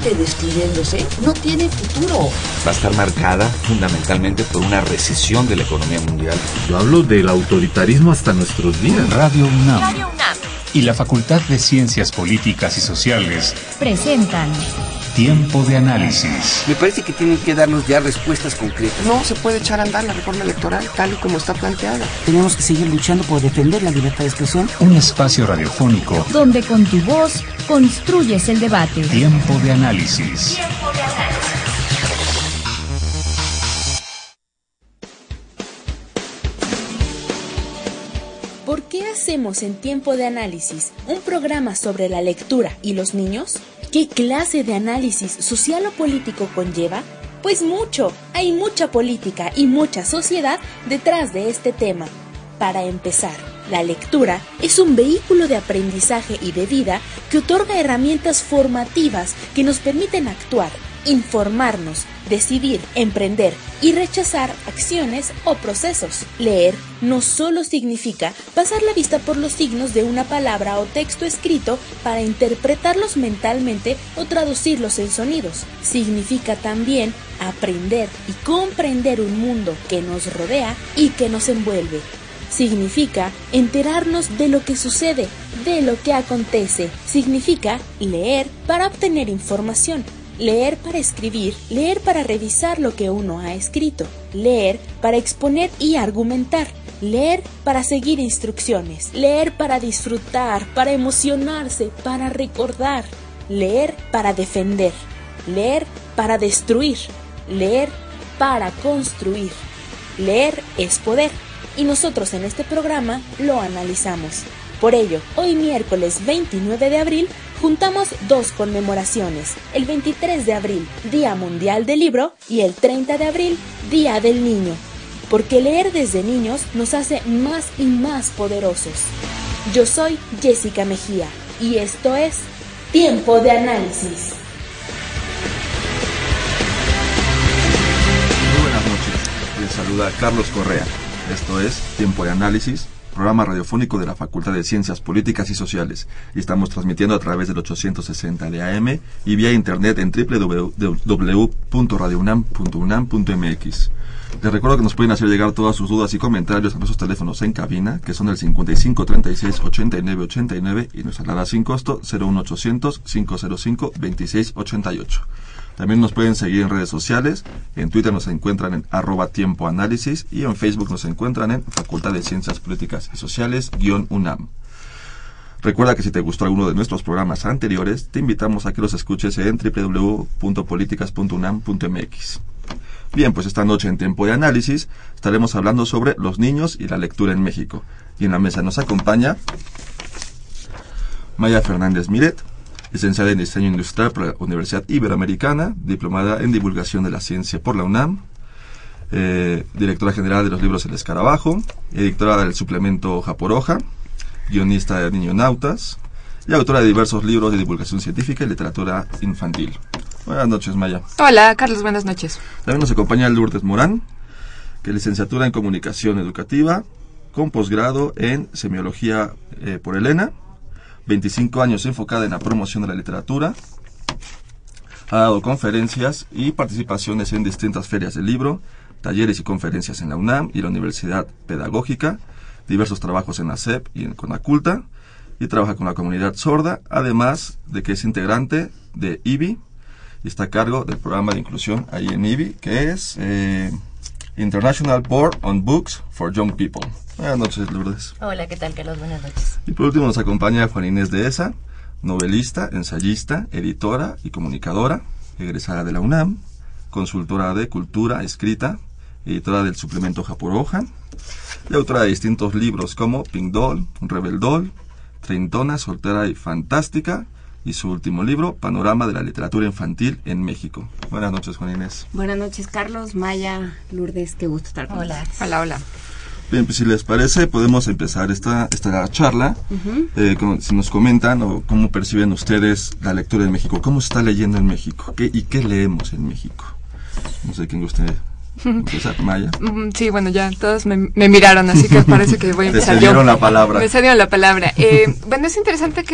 gente destruyéndose, no tiene futuro. Va a estar marcada fundamentalmente por una recesión de la economía mundial. Yo hablo del autoritarismo hasta nuestros días. Radio UNAM y la Facultad de Ciencias Políticas y Sociales presentan Tiempo de Análisis. Me parece que tienen que darnos ya respuestas concretas. No se puede echar a andar la reforma electoral tal y como está planteada. Tenemos que seguir luchando por defender la libertad de expresión. Un espacio radiofónico donde con tu voz construyes el debate. Tiempo de Análisis. Tiempo de Análisis. ¿Por qué hacemos en Tiempo de Análisis un programa sobre la lectura y los niños? ¿Qué clase de análisis social o político conlleva? Pues mucho, hay mucha política y mucha sociedad detrás de este tema. Para empezar, la lectura es un vehículo de aprendizaje y de vida que otorga herramientas formativas que nos permiten actuar, informarnos, decidir, emprender y rechazar acciones o procesos. Leer no solo significa pasar la vista por los signos de una palabra o texto escrito para interpretarlos mentalmente o traducirlos en sonidos. Significa también aprender y comprender un mundo que nos rodea y que nos envuelve. Significa enterarnos de lo que sucede, de lo que acontece. Significa leer para obtener información. Leer para escribir, leer para revisar lo que uno ha escrito, leer para exponer y argumentar, leer para seguir instrucciones, leer para disfrutar, para emocionarse, para recordar, leer para defender, leer para destruir, leer para construir. Leer es poder y nosotros en este programa lo analizamos. Por ello, hoy miércoles 29 de abril, juntamos dos conmemoraciones, el 23 de abril, Día Mundial del Libro, y el 30 de abril, Día del Niño, porque leer desde niños nos hace más y más poderosos. Yo soy Jessica Mejía, y esto es Tiempo de Análisis. Muy buenas noches, les saluda Carlos Correa, esto es Tiempo de Análisis, programa radiofónico de la Facultad de Ciencias Políticas y Sociales, y estamos transmitiendo a través del 860 de AM y vía internet en www.radiounam.unam.mx. Les recuerdo que nos pueden hacer llegar todas sus dudas y comentarios a nuestros teléfonos en cabina, que son el 55 36 89 89 y nuestra alada sin costo 01800 505 26 88. También nos pueden seguir en redes sociales. En Twitter nos encuentran en @tiempoanálisis y en Facebook nos encuentran en Facultad de Ciencias Políticas y Sociales _UNAM. Recuerda que si te gustó alguno de nuestros programas anteriores, te invitamos a que los escuches en www.politicas.unam.mx. Bien, pues esta noche en Tiempo de Análisis estaremos hablando sobre los niños y la lectura en México. Y en la mesa nos acompaña Maya Fernández Miret, licenciada en Diseño Industrial por la Universidad Iberoamericana, diplomada en Divulgación de la Ciencia por la UNAM, directora general de los libros El Escarabajo, editora del suplemento Japoroja, guionista de Niñonautas y autora de diversos libros de divulgación científica y literatura infantil. Buenas noches, Maya. Hola, Carlos, buenas noches. También nos acompaña Lourdes Morán, que es licenciatura en Comunicación Educativa, con posgrado en Semiología por Elena, 25 años enfocada en la promoción de la literatura, ha dado conferencias y participaciones en distintas ferias del libro, talleres y conferencias en la UNAM y la Universidad Pedagógica, diversos trabajos en la SEP y en Conaculta, y trabaja con la comunidad sorda, además de que es integrante de IBI, y está a cargo del programa de inclusión ahí en IBI, que es International Board on Books for Young People. Buenas noches, Lourdes. Hola, ¿qué tal, Carlos? Buenas noches. Y por último nos acompaña Juan Inés de Esa, novelista, ensayista, editora y comunicadora, egresada de la UNAM, consultora de cultura escrita, editora del suplemento Japoroja, y autora de distintos libros como Pink Doll, Rebel Doll, Treintona, Soltera y Fantástica, y su último libro, Panorama de la Literatura Infantil en México. Buenas noches, Juan Inés. Buenas noches, Carlos, Maya, Lourdes, qué gusto estar con ustedes. Hola. Hola. Bien, pues si les parece, podemos empezar esta charla. Si nos comentan o cómo perciben ustedes la lectura en México. ¿Cómo se está leyendo en México? ¿Y qué leemos en México? No sé quién guste empezar, Maya. Sí, bueno, ya todos me miraron, así que parece que voy a empezar yo. Me cedieron la palabra. Me cedieron la palabra. Bueno, es interesante que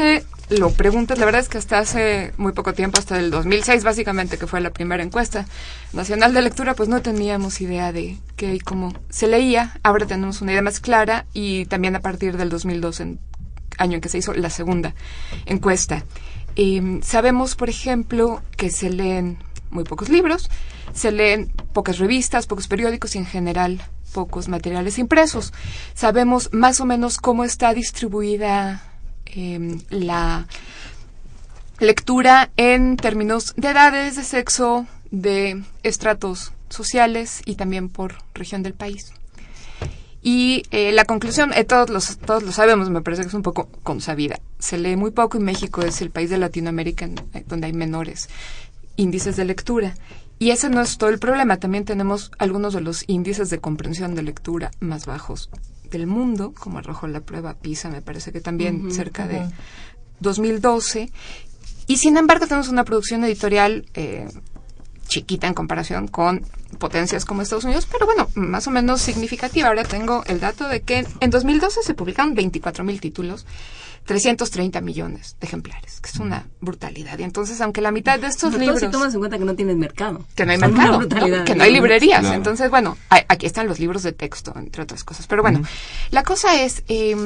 lo preguntas, la verdad es que hasta hace muy poco tiempo, hasta el 2006 básicamente, que fue la primera encuesta nacional de lectura, pues no teníamos idea de qué y cómo se leía. Ahora tenemos una idea más clara, y también a partir del 2012, año en que se hizo la segunda encuesta. Sabemos, por ejemplo, que se leen muy pocos libros, se leen pocas revistas, pocos periódicos y en general pocos materiales impresos. Sabemos más o menos cómo está distribuida la lectura en términos de edades, de sexo, de estratos sociales y también por región del país. Y la conclusión, todos lo sabemos, me parece que es un poco consabida. Se lee muy poco, y México es el país de Latinoamérica donde hay menores índices de lectura. Y ese no es todo el problema. También tenemos algunos de los índices de comprensión de lectura más bajos del mundo, como arrojó la prueba PISA, me parece que también cerca de 2012. Y sin embargo tenemos una producción editorial chiquita en comparación con potencias como Estados Unidos, pero bueno, más o menos significativa. Ahora tengo el dato de que en 2012 se publicaron 24,000 títulos, 330 millones de ejemplares, que es una brutalidad. Y entonces, aunque la mitad de estos libros... si tomas en cuenta que no tienes mercado. Que no hay mercado, ¿no? Que no hay librerías. Claro. Entonces, bueno, aquí están los libros de texto, entre otras cosas. Pero bueno, la cosa es,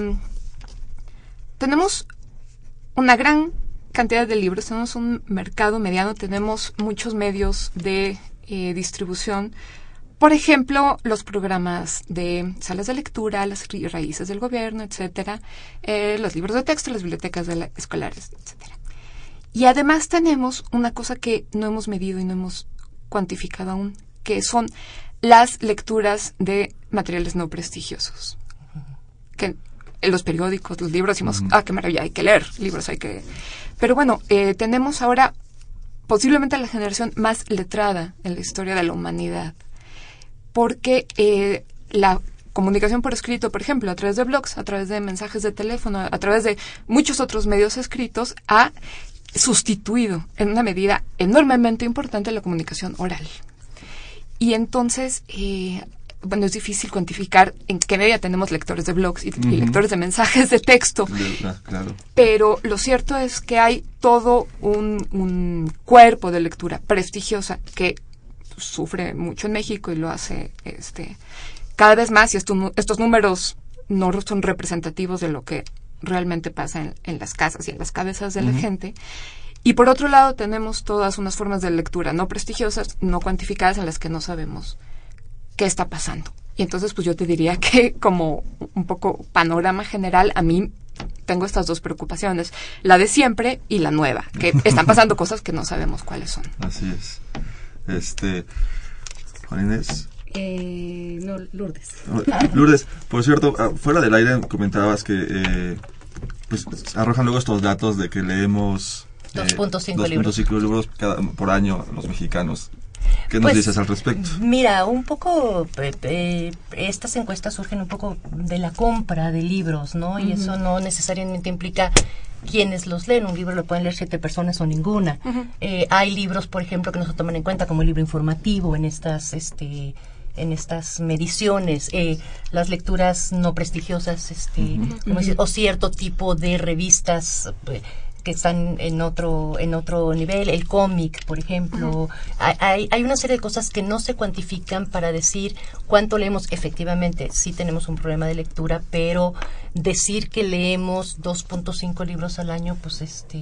tenemos una gran cantidad de libros, tenemos un mercado mediano, tenemos muchos medios de distribución. Por ejemplo, los programas de salas de lectura, las raíces del gobierno, etcétera, los libros de texto, las bibliotecas escolares, etcétera. Y además tenemos una cosa que no hemos medido y no hemos cuantificado aún, que son las lecturas de materiales no prestigiosos. Que en los periódicos, los libros, decimos, qué maravilla, hay que leer libros, hay que... Pero bueno, tenemos ahora posiblemente la generación más letrada en la historia de la humanidad. Porque la comunicación por escrito, por ejemplo, a través de blogs, a través de mensajes de teléfono, a través de muchos otros medios escritos, ha sustituido en una medida enormemente importante la comunicación oral. Y entonces, bueno, es difícil cuantificar en qué medida tenemos lectores de blogs y lectores de mensajes de texto. Claro. Pero lo cierto es que hay todo un cuerpo de lectura prestigiosa que sufre mucho en México y lo hace cada vez más, y estos números no son representativos de lo que realmente pasa en las casas y en las cabezas de la gente. Y por otro lado tenemos todas unas formas de lectura no prestigiosas, no cuantificadas, en las que no sabemos qué está pasando. Y entonces pues yo te diría que, como un poco panorama general, a mí tengo estas dos preocupaciones, la de siempre y la nueva, que están pasando cosas que no sabemos cuáles son. Así es. Juan Inés. No, Lourdes. Lourdes, por cierto, fuera del aire comentabas que pues arrojan luego estos datos de que leemos 2.5 libros por año los mexicanos. ¿Qué nos dices al respecto? Mira, un poco estas encuestas surgen un poco de la compra de libros, ¿no? Y eso no necesariamente implica quienes los leen. Un libro lo pueden leer 7 personas o ninguna. Hay libros, por ejemplo, que no se toman en cuenta como el libro informativo en estas mediciones, las lecturas no prestigiosas, como decir, o cierto tipo de revistas que están en otro nivel, el cómic, por ejemplo. Hay una serie de cosas que no se cuantifican para decir cuánto leemos. Efectivamente, sí tenemos un problema de lectura, pero decir que leemos 2.5 libros al año, pues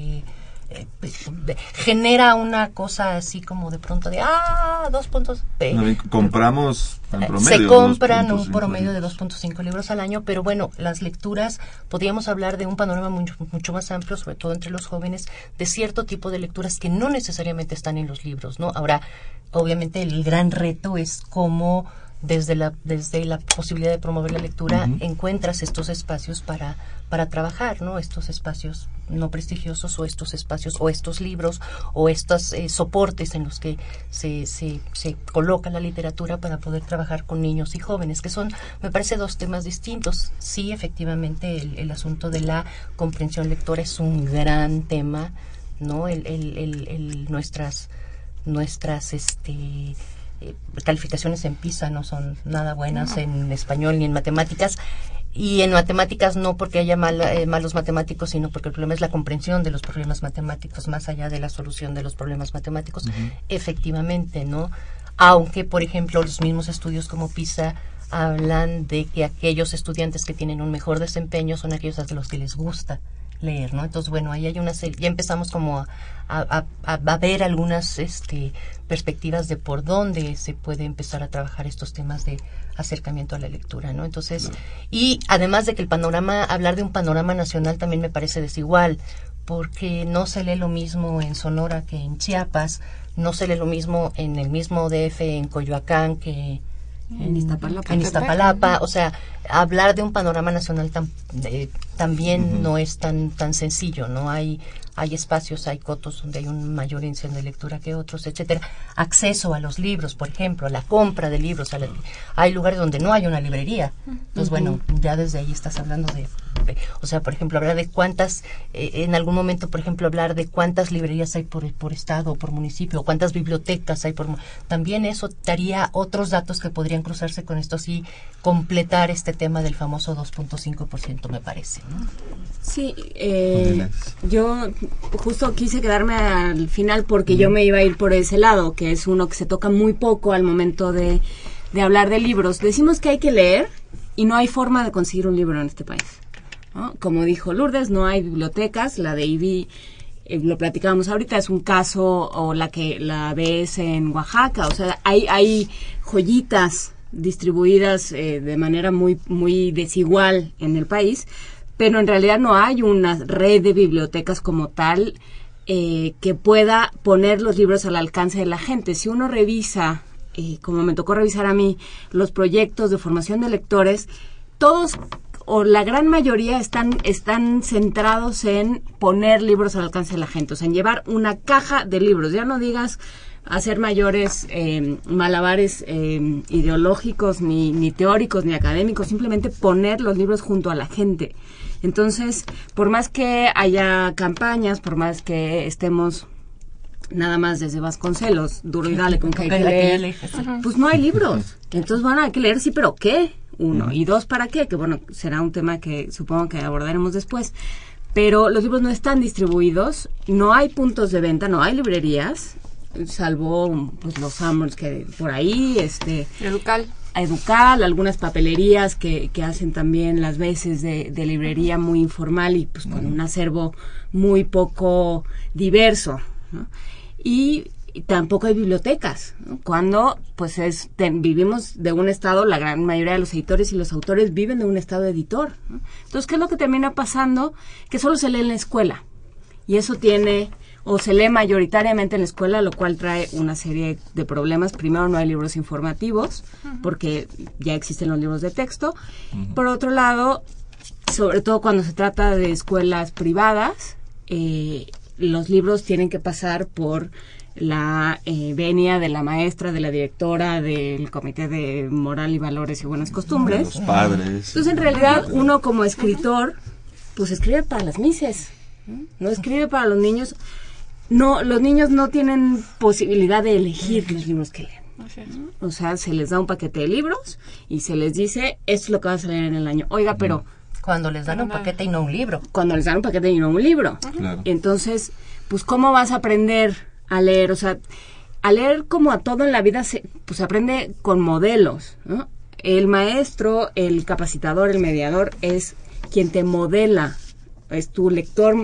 genera una cosa así como de pronto de 2 puntos. Compramos en promedio. Se compran un promedio de 2.5 libros al año, pero bueno, las lecturas, podríamos hablar de un panorama mucho más amplio, sobre todo entre los jóvenes, de cierto tipo de lecturas que no necesariamente están en los libros, ¿no? Ahora, obviamente el gran reto es cómo desde la posibilidad de promover la lectura encuentras estos espacios para trabajar, ¿no? Estos espacios no prestigiosos, o estos espacios o estos libros o estos soportes en los que se coloca la literatura para poder trabajar con niños y jóvenes, que son, me parece, dos temas distintos. Sí, efectivamente, el asunto de la comprensión lectora es un gran tema, ¿no? Nuestras calificaciones en PISA no son nada buenas en español ni en matemáticas. Y en matemáticas no porque haya malos matemáticos, sino porque el problema es la comprensión de los problemas matemáticos, más allá de la solución de los problemas matemáticos. Efectivamente, ¿no? Aunque, por ejemplo, los mismos estudios como PISA hablan de que aquellos estudiantes que tienen un mejor desempeño son aquellos a los que les gusta leer, ¿no? Entonces, bueno, ahí hay una serie, ya empezamos como a ver algunas perspectivas de por dónde se puede empezar a trabajar estos temas de acercamiento a la lectura, ¿no? Entonces, y además de que hablar de un panorama nacional también me parece desigual, porque no se lee lo mismo en Sonora que en Chiapas, no se lee lo mismo en el mismo DF, en Coyoacán, que en Iztapalapa. O sea, hablar de un panorama nacional también no es tan sencillo, ¿no? Hay espacios, hay cotos donde hay un mayor índice de lectura que otros, etcétera. Acceso a los libros, por ejemplo, a la compra de libros. Hay lugares donde no hay una librería. Entonces, bueno, ya desde ahí estás hablando o sea, por ejemplo, hablar de cuántas, en algún momento, por ejemplo, hablar de cuántas librerías hay por estado o por municipio, o cuántas bibliotecas hay también eso daría otros datos que podrían cruzarse con esto, y completar este tema del famoso 2.5%, me parece, ¿no? Sí, yo justo quise quedarme al final porque yo me iba a ir por ese lado, que es uno que se toca muy poco al momento de hablar de libros. Decimos que hay que leer y no hay forma de conseguir un libro en este país, ¿no? Como dijo Lourdes, no hay bibliotecas. La de IBI, lo platicábamos ahorita, es un caso, o la ves en Oaxaca. O sea, hay joyitas distribuidas de manera muy, muy desigual en el país, pero en realidad no hay una red de bibliotecas como tal que pueda poner los libros al alcance de la gente. Si uno revisa, como me tocó revisar a mí, los proyectos de formación de lectores, todos o la gran mayoría están centrados en poner libros al alcance de la gente, o sea, en llevar una caja de libros. Ya no digas hacer mayores malabares ideológicos, ni teóricos, ni académicos, simplemente poner los libros junto a la gente. Entonces, por más que haya campañas, por más que estemos nada más desde Vasconcelos, duro y dale con que hay que leer, pues no hay libros. Entonces, bueno, hay que leer, sí, pero ¿qué? Uno. Y dos, ¿para qué? Que bueno, será un tema que supongo que abordaremos después. Pero los libros no están distribuidos, no hay puntos de venta, no hay librerías, salvo pues los Summers que por ahí, Educal, algunas papelerías que hacen también las veces de librería muy informal y pues con un acervo muy poco diverso, ¿no? Y tampoco hay bibliotecas, ¿no? Cuando pues vivimos de un estado, la gran mayoría de los editores y los autores viven de un estado editor, ¿no? Entonces, ¿qué es lo que termina pasando? Que solo se lee en la escuela, y eso se lee mayoritariamente en la escuela, lo cual trae una serie de problemas. Primero, no hay libros informativos, porque ya existen los libros de texto. Por otro lado, sobre todo cuando se trata de escuelas privadas, los libros tienen que pasar por la venia de la maestra, de la directora, del Comité de Moral y Valores y Buenas Costumbres. Los padres. Entonces, en realidad, uno como escritor, pues escribe para las mises, no escribe para los niños. No, los niños no tienen posibilidad de elegir los libros que leen. O sea, se les da un paquete de libros y se les dice, esto es lo que vas a leer en el año. Oiga, pero... Cuando les dan un paquete y no un libro. Cuando les dan un paquete y no un libro. Claro. Entonces, pues, ¿cómo vas a aprender a leer? O sea, a leer, como a todo en la vida, se aprende con modelos, ¿no? El maestro, el capacitador, el mediador es quien te modela. Es tu lector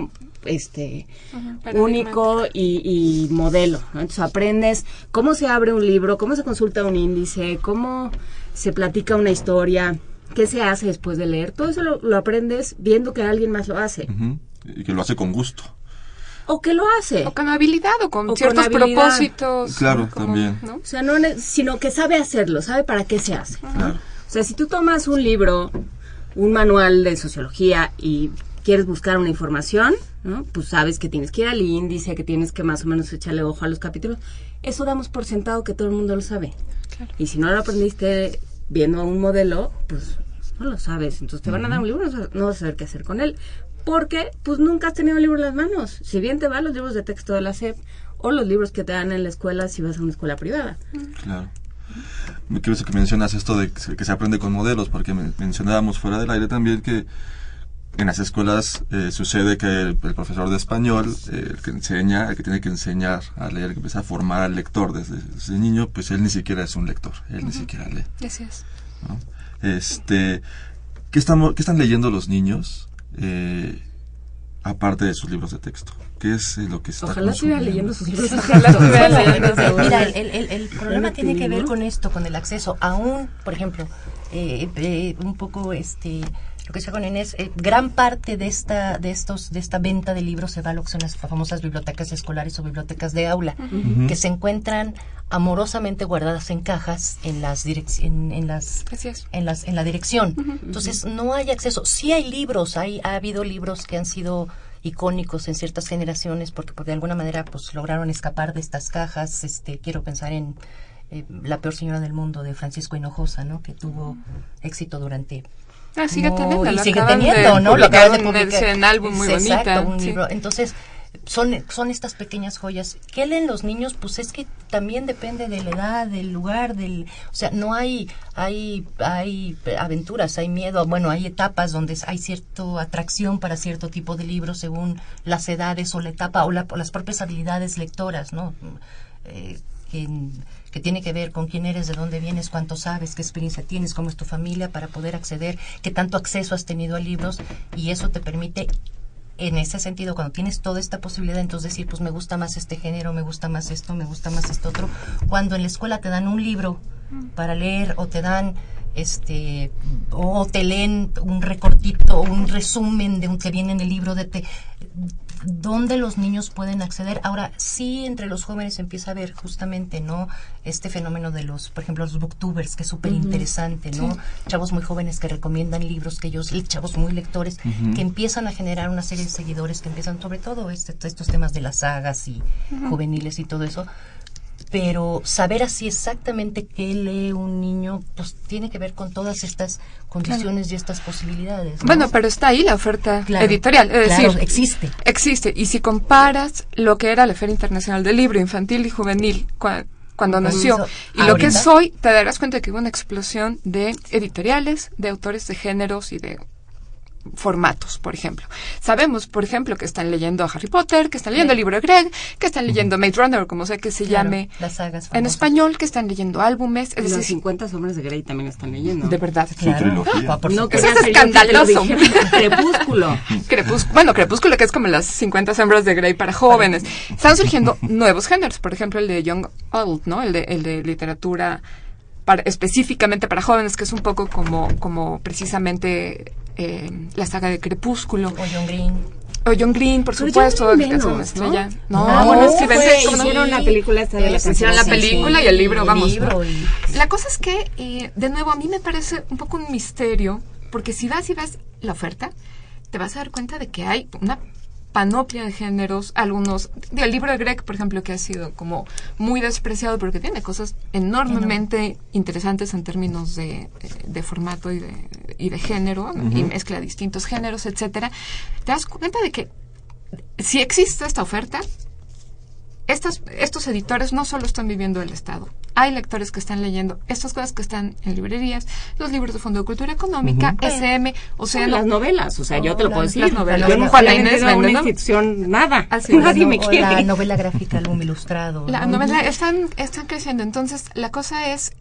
único y modelo, ¿no? Entonces aprendes cómo se abre un libro, cómo se consulta un índice, cómo se platica una historia, qué se hace después de leer. Todo eso lo aprendes viendo que alguien más lo hace. Y que lo hace con gusto. O que lo hace. O con habilidad, o con ciertos propósitos. Claro, también. ¿no? O sea, sino que sabe hacerlo, sabe para qué se hace. Claro. O sea, si tú tomas un libro, un manual de sociología y quieres buscar una información, ¿no? Pues sabes que tienes que ir al índice, que tienes que más o menos echarle ojo a los capítulos. Eso damos por sentado que todo el mundo lo sabe. Claro. Y si no lo aprendiste viendo un modelo, pues no lo sabes. Entonces te van a dar un libro, no vas a saber qué hacer con él. Porque pues nunca has tenido un libro en las manos. Si bien te van los libros de texto de la SEP o los libros que te dan en la escuela si vas a una escuela privada. Claro. Me quiero que mencionas esto de que se aprende con modelos, porque mencionábamos fuera del aire también que en las escuelas sucede que el profesor de español, el que tiene que enseñar a leer, que empieza a formar al lector desde niño, pues él ni siquiera es un lector, él ni siquiera lee. Así es. ¿No? ¿Qué están leyendo los niños aparte de sus libros de texto? ¿Qué es lo que está Ojalá estuviera leyendo sus libros de texto. Mira, el problema tiene que ver con esto, con el acceso. Aún, por ejemplo, un poco lo que decía con Inés, gran parte de esta venta de libros se va a lo que son las famosas bibliotecas escolares o bibliotecas de aula, que se encuentran amorosamente guardadas en cajas en la dirección. Entonces no hay acceso. Sí hay libros, ha habido libros que han sido icónicos en ciertas generaciones porque de alguna manera pues lograron escapar de estas cajas. Quiero pensar en La peor señora del mundo de Francisco Hinojosa, ¿no? Que tuvo éxito durante sigue teniendo, y sigue teniendo, ¿no? Lo acaban de publicar en álbum muy bonita. Exacto, un libro. Entonces, son estas pequeñas joyas. ¿Qué leen los niños? Pues es que también depende de la edad, del lugar, o sea, no hay aventuras, hay miedo, bueno, hay etapas donde hay cierta atracción para cierto tipo de libros según las edades o la etapa o las propias habilidades lectoras, ¿no? Que tiene que ver con quién eres, de dónde vienes, cuánto sabes, qué experiencia tienes, cómo es tu familia para poder acceder, qué tanto acceso has tenido a libros, y eso te permite, en ese sentido, cuando tienes toda esta posibilidad, entonces decir, pues me gusta más este género, me gusta más esto, me gusta más esto otro. Cuando en la escuela te dan un libro para leer o te dan o te leen un recortito o un resumen de un que viene en el libro donde los niños pueden acceder. Ahora, sí, entre los jóvenes empieza a haber justamente, ¿no? Este fenómeno de por ejemplo, los booktubers, que es súper interesante, ¿no? Sí. Chavos muy jóvenes que recomiendan libros chavos muy lectores, que empiezan a generar una serie de seguidores que empiezan, sobre todo estos temas de las sagas y juveniles y todo eso. Pero saber así exactamente qué lee un niño, pues tiene que ver con todas estas condiciones y estas posibilidades, ¿no? Bueno, pero está ahí la oferta editorial, es decir, existe. Y si comparas lo que era la Feria Internacional del Libro Infantil y Juvenil cuando nació y lo que es hoy, te darás cuenta de que hubo una explosión de editoriales, de autores de géneros y de formatos, por ejemplo. Sabemos, por ejemplo, que están leyendo a Harry Potter, que están leyendo el libro de Greg, que están leyendo Maze Runner, como sea que se llame las sagas en español, que están leyendo álbumes. Es decir, 50 sombras de Grey también están leyendo. De verdad. Claro. No, eso es escandaloso. Crepúsculo. Crepúsculo, que es como las 50 sombras de Grey para jóvenes. Están surgiendo nuevos géneros, por ejemplo, el de Young Adult, ¿no? El de literatura específicamente para jóvenes, que es un poco como precisamente la saga de Crepúsculo. O John Green, por supuesto. Estrella. Hicieron una película de la hicieron la película y el libro, La cosa es que, de nuevo, a mí me parece un poco un misterio, porque si vas y ves la oferta, te vas a dar cuenta de que hay una panoplia de géneros, algunos, el libro de Greg, por ejemplo, que ha sido como muy despreciado porque tiene cosas enormemente interesantes en términos de formato y de género, y mezcla distintos géneros, etcétera. Te das cuenta de que si existe esta oferta, estos editores no solo están viviendo del Estado. Hay lectores que están leyendo estas cosas que están en librerías, los libros de Fondo de Cultura Económica, SM, las novelas, o sea, yo te lo puedo decir. Las novelas. Yo no Juana Inés vende una institución, nada. Nadie me quiere. La novela gráfica, álbum ilustrado. La novela, están creciendo. Entonces, la cosa es,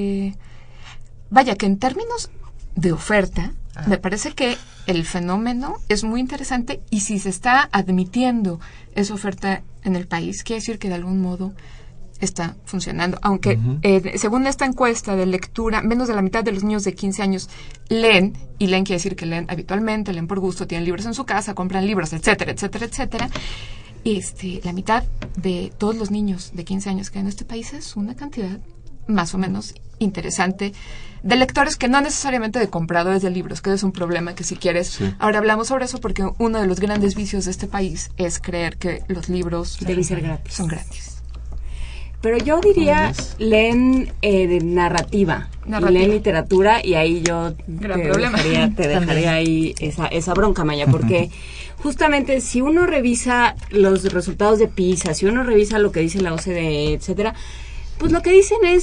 vaya, que en términos de oferta, me parece que el fenómeno es muy interesante, y si se está admitiendo esa oferta en el país, quiere decir que de algún modo está funcionando. Aunque, según esta encuesta de lectura, menos de la mitad de los niños de 15 años leen, y leen quiere decir que leen habitualmente, leen por gusto, tienen libros en su casa, compran libros, etcétera, etcétera, etcétera. La mitad de todos los niños de 15 años que hay en este país es una cantidad más o menos interesante de lectores, que no necesariamente de compradores de libros, que es un problema que si quieres, ahora hablamos sobre eso, porque uno de los grandes vicios de este país es creer que los libros deben ser gratis. Son gratis. Pero yo diría, leen narrativa, leen literatura, y ahí yo te dejaría ahí esa bronca, Maya, porque justamente si uno revisa los resultados de PISA, si uno revisa lo que dice la OCDE, etcétera, pues lo que dicen es,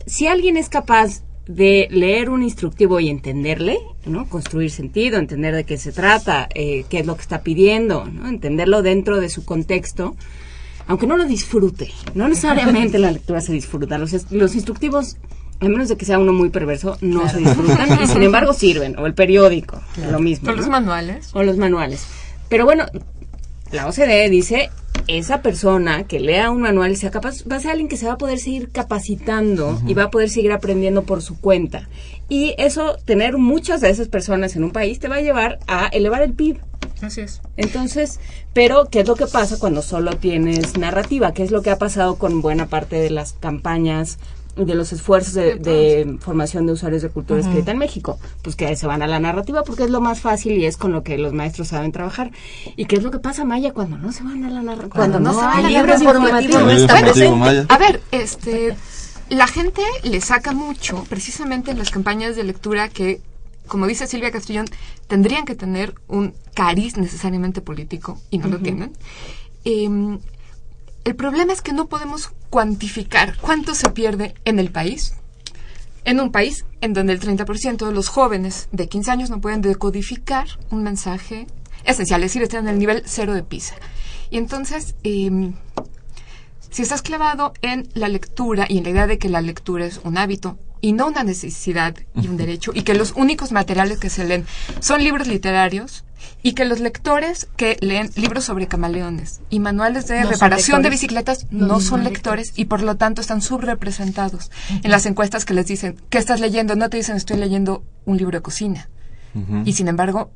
si alguien es capaz de leer un instructivo y entenderle, ¿no? Construir sentido, entender de qué se trata, qué es lo que está pidiendo, ¿no? Entenderlo dentro de su contexto, aunque no lo disfrute. No necesariamente la lectura se disfruta. Los instructivos, a menos de que sea uno muy perverso, no se disfrutan y sin embargo sirven. O el periódico, lo mismo. O los manuales. O los manuales. Pero bueno, la OCDE dice, esa persona que lea un manual y sea capaz, va a ser alguien que se va a poder seguir capacitando y va a poder seguir aprendiendo por su cuenta. Y eso, tener muchas de esas personas en un país te va a llevar a elevar el PIB. Así es. Entonces, pero ¿qué es lo que pasa cuando solo tienes narrativa? ¿Qué es lo que ha pasado con buena parte de las campañas, de los esfuerzos de formación de usuarios de cultura escrita en México? Pues que se van a la narrativa porque es lo más fácil y es con lo que los maestros saben trabajar. ¿Y qué es lo que pasa, Maya, cuando no se van a la narrativa? Cuando no se van a la narrativa. A ver, la gente le saca mucho precisamente en las campañas de lectura que, como dice Silvia Castrillón, tendrían que tener un cariz necesariamente político y no lo tienen. El problema es que no podemos cuantificar cuánto se pierde en el país, en un país en donde el 30% de los jóvenes de 15 años no pueden decodificar un mensaje esencial, es decir, están en el nivel 0 de PISA. Y entonces, si estás clavado en la lectura y en la idea de que la lectura es un hábito y no una necesidad y un derecho, y que los únicos materiales que se leen son libros literarios, y que los lectores que leen libros sobre camaleones y manuales de reparación de bicicletas no son lectores y por lo tanto están subrepresentados en las encuestas que les dicen, ¿qué estás leyendo? No te dicen, estoy leyendo un libro de cocina. Y sin embargo,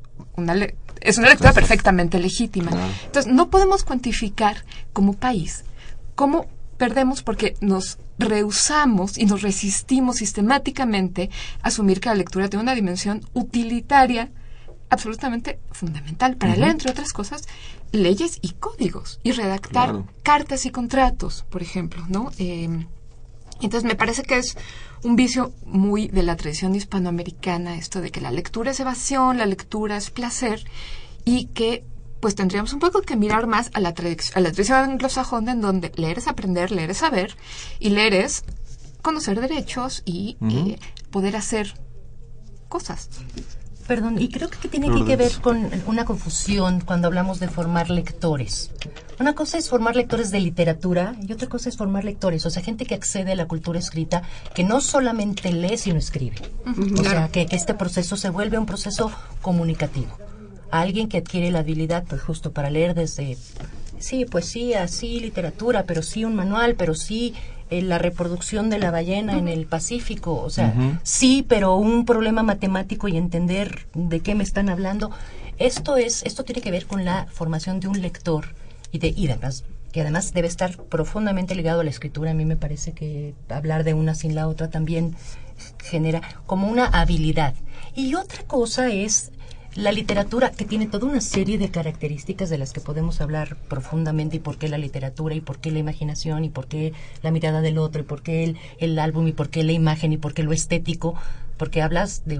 es una lectura perfectamente legítima. Entonces, no podemos cuantificar como país cómo perdemos porque nos rehusamos y nos resistimos sistemáticamente a asumir que la lectura tiene una dimensión utilitaria absolutamente fundamental para leer, entre otras cosas, leyes y códigos y redactar cartas y contratos, por ejemplo, ¿no? Entonces me parece que es un vicio muy de la tradición hispanoamericana esto de que la lectura es evasión, la lectura es placer y que pues tendríamos un poco que mirar más a la tradición anglosajona en donde leer es aprender, leer es saber y leer es conocer derechos y poder hacer cosas. Perdón, y creo que tiene que ver con una confusión cuando hablamos de formar lectores. Una cosa es formar lectores de literatura y otra cosa es formar lectores, o sea, gente que accede a la cultura escrita, que no solamente lee, sino escribe. O sea, que este proceso se vuelve un proceso comunicativo. Alguien que adquiere la habilidad, pues justo para leer desde, sí, poesía, sí, literatura, pero sí un manual, pero sí la reproducción de la ballena en el Pacífico, o sea, sí, pero un problema matemático y entender de qué me están hablando. Esto tiene que ver con la formación de un lector y además, que además debe estar profundamente ligado a la escritura. A mí me parece que hablar de una sin la otra también genera como una habilidad. Y otra cosa es la literatura, que tiene toda una serie de características de las que podemos hablar profundamente, y por qué la literatura, y por qué la imaginación, y por qué la mirada del otro, y por qué el álbum, y por qué la imagen, y por qué lo estético, porque hablas de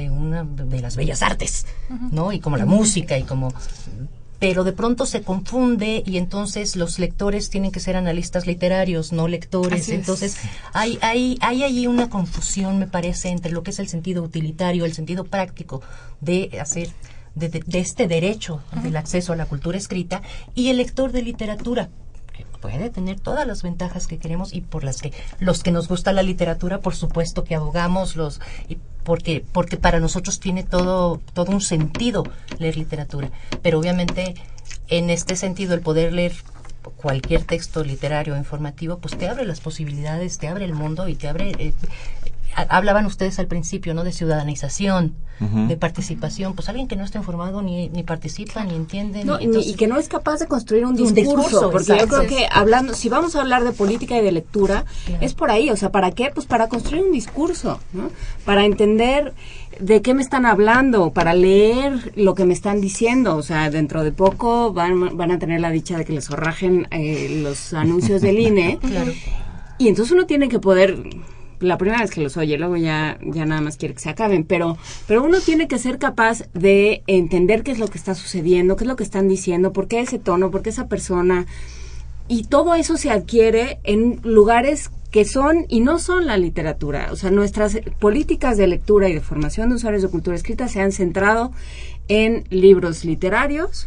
las bellas artes, ¿no? Y como la música, y como... Pero de pronto se confunde y entonces los lectores tienen que ser analistas literarios, no lectores. Entonces hay ahí una confusión, me parece, entre lo que es el sentido utilitario, el sentido práctico de hacer de este derecho del acceso a la cultura escrita, y el lector de literatura, que puede tener todas las ventajas que queremos y por las que los que nos gusta la literatura, por supuesto que abogamos porque para nosotros tiene todo un sentido leer literatura, pero obviamente en este sentido el poder leer cualquier texto literario o informativo pues te abre las posibilidades, te abre el mundo y te abre hablaban ustedes al principio, ¿no?, de ciudadanización, de participación. Pues alguien que no está informado ni participa, ni entiende. No, y que no es capaz de construir un discurso. Porque yo creo que si vamos a hablar de política y de lectura, es por ahí. O sea, ¿para qué? Pues para construir un discurso, ¿no? Para entender de qué me están hablando, para leer lo que me están diciendo. O sea, dentro de poco van a tener la dicha de que les zorrajen los anuncios del INE. Y entonces uno tiene que poder... La primera vez que los oye, luego ya nada más quiere que se acaben, pero uno tiene que ser capaz de entender qué es lo que está sucediendo, qué es lo que están diciendo, por qué ese tono, por qué esa persona, y todo eso se adquiere en lugares que son y no son la literatura. O sea, nuestras políticas de lectura y de formación de usuarios de cultura escrita se han centrado en libros literarios.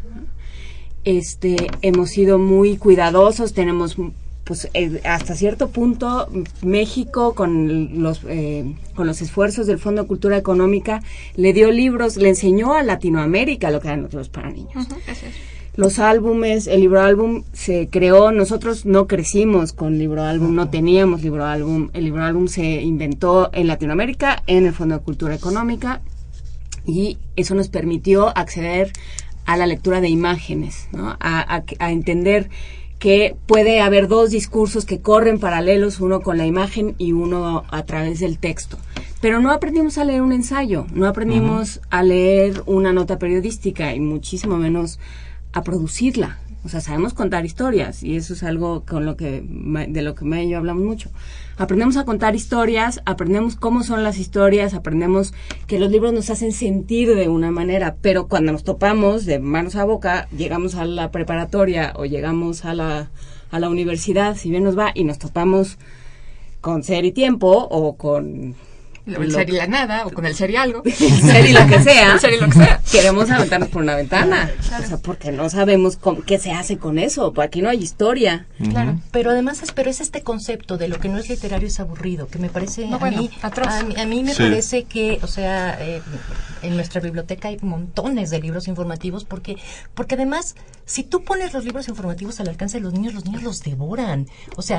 Hemos sido muy cuidadosos, tenemos pues hasta cierto punto México con los esfuerzos del Fondo de Cultura Económica le dio libros, le enseñó a Latinoamérica lo que eran los libros para niños. Los álbumes, el libro álbum se creó, nosotros no crecimos con libro álbum, no teníamos libro álbum, el libro álbum se inventó en Latinoamérica, en el Fondo de Cultura Económica, y eso nos permitió acceder a la lectura de imágenes, ¿no? A entender que puede haber dos discursos que corren paralelos, uno con la imagen y uno a través del texto. Pero no aprendimos a leer un ensayo, no aprendimos a leer una nota periodística y muchísimo menos a producirla. O sea, sabemos contar historias y eso es algo de lo que Maya y yo hablamos mucho. Aprendemos a contar historias, aprendemos cómo son las historias, aprendemos que los libros nos hacen sentir de una manera, pero cuando nos topamos de manos a boca, llegamos a la preparatoria o llegamos a la universidad, si bien nos va, y nos topamos con Ser y Tiempo o con el Ser y la Nada, o con el Ser y Algo. Ser y lo que sea. Ser y lo que sea. Queremos aventarnos por una ventana. Claro. O sea, porque no sabemos qué se hace con eso. Porque aquí no hay historia. Claro. Pero además es este concepto de lo que no es literario es aburrido, que me parece atroz. A mí me parece que, o sea, en nuestra biblioteca hay montones de libros informativos porque además, si tú pones los libros informativos al alcance de los niños los devoran. O sea,